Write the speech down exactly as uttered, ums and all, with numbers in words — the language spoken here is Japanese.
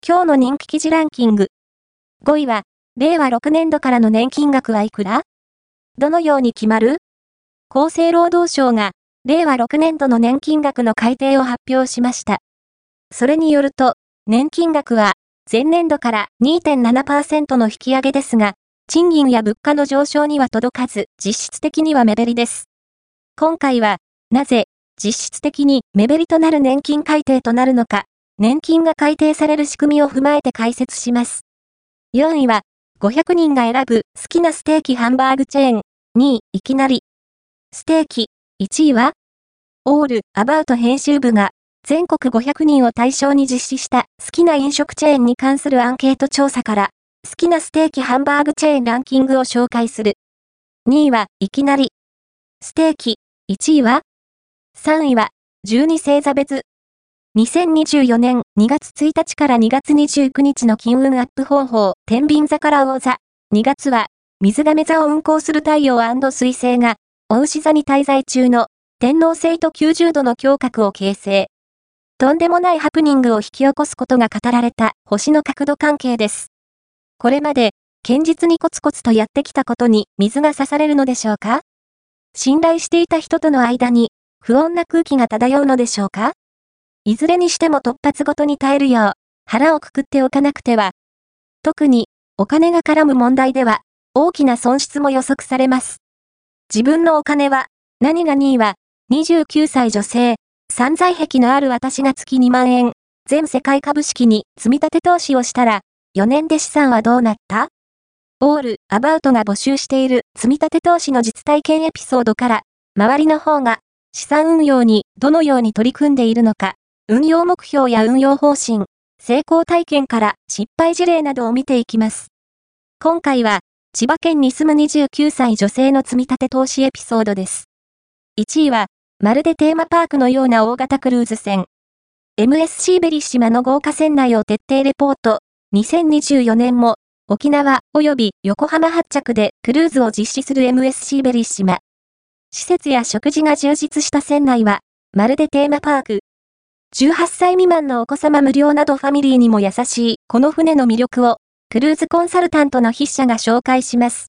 今日の人気記事ランキング。ごいは、れいわろくねんどからの年金額はいくら？どのように決まる？厚生労働省が、れいわろくねんどの年金額の改定を発表しました。それによると、年金額は、前年度から にてんななパーセント の引き上げですが、賃金や物価の上昇には届かず、実質的には目減りです。今回は、なぜ、実質的に目減りとなる年金改定となるのか、年金が改定される仕組みを踏まえて解説します。よんいは、ごひゃくにんが選ぶ好きなステーキハンバーグチェーン。にい、いきなり。ステーキ。いちいは、オールアバウト編集部が、全国ごひゃくにんを対象に実施した好きな飲食チェーンに関するアンケート調査から、好きなステーキハンバーグチェーンランキングを紹介する。にいは、いきなり。ステーキ。いちいは、さんいは、じゅうに星座別。にせんにじゅうよねんにがつついたちからにがつにじゅうくにちの金運アップ方法、天秤座から魚座。にがつは、水亀座を運行する太陽&水星が、牡牛座に滞在中の天王星ときゅうじゅうどの胸郭を形成。とんでもないハプニングを引き起こすことが語られた星の角度関係です。これまで、堅実にコツコツとやってきたことに水が刺されるのでしょうか？信頼していた人との間に、不穏な空気が漂うのでしょうか？いずれにしても突発ごとに耐えるよう、腹をくくっておかなくては。特に、お金が絡む問題では、大きな損失も予測されます。自分のお金は、何がにいは、にじゅうきゅうさい女性、散財癖のある私が月にまんえん、全世界株式に積み立て投資をしたら、よねんで資産はどうなった？オールアバウトが募集している積み立て投資の実体験エピソードから、周りの方が資産運用にどのように取り組んでいるのか、運用目標や運用方針、成功体験から失敗事例などを見ていきます。今回は、千葉県に住むにじゅうきゅうさい女性の積み立て投資エピソードです。いちいは、まるでテーマパークのような大型クルーズ船。エムエスシー ベリッシマの豪華船内を徹底レポート。にせんにじゅうよねんも、沖縄及び横浜発着でクルーズを実施する エムエスシー ベリッシマ。施設や食事が充実した船内は、まるでテーマパーク。じゅうはっさい未満のお子様無料などファミリーにも優しいこの船の魅力をクルーズコンサルタントの筆者が紹介します。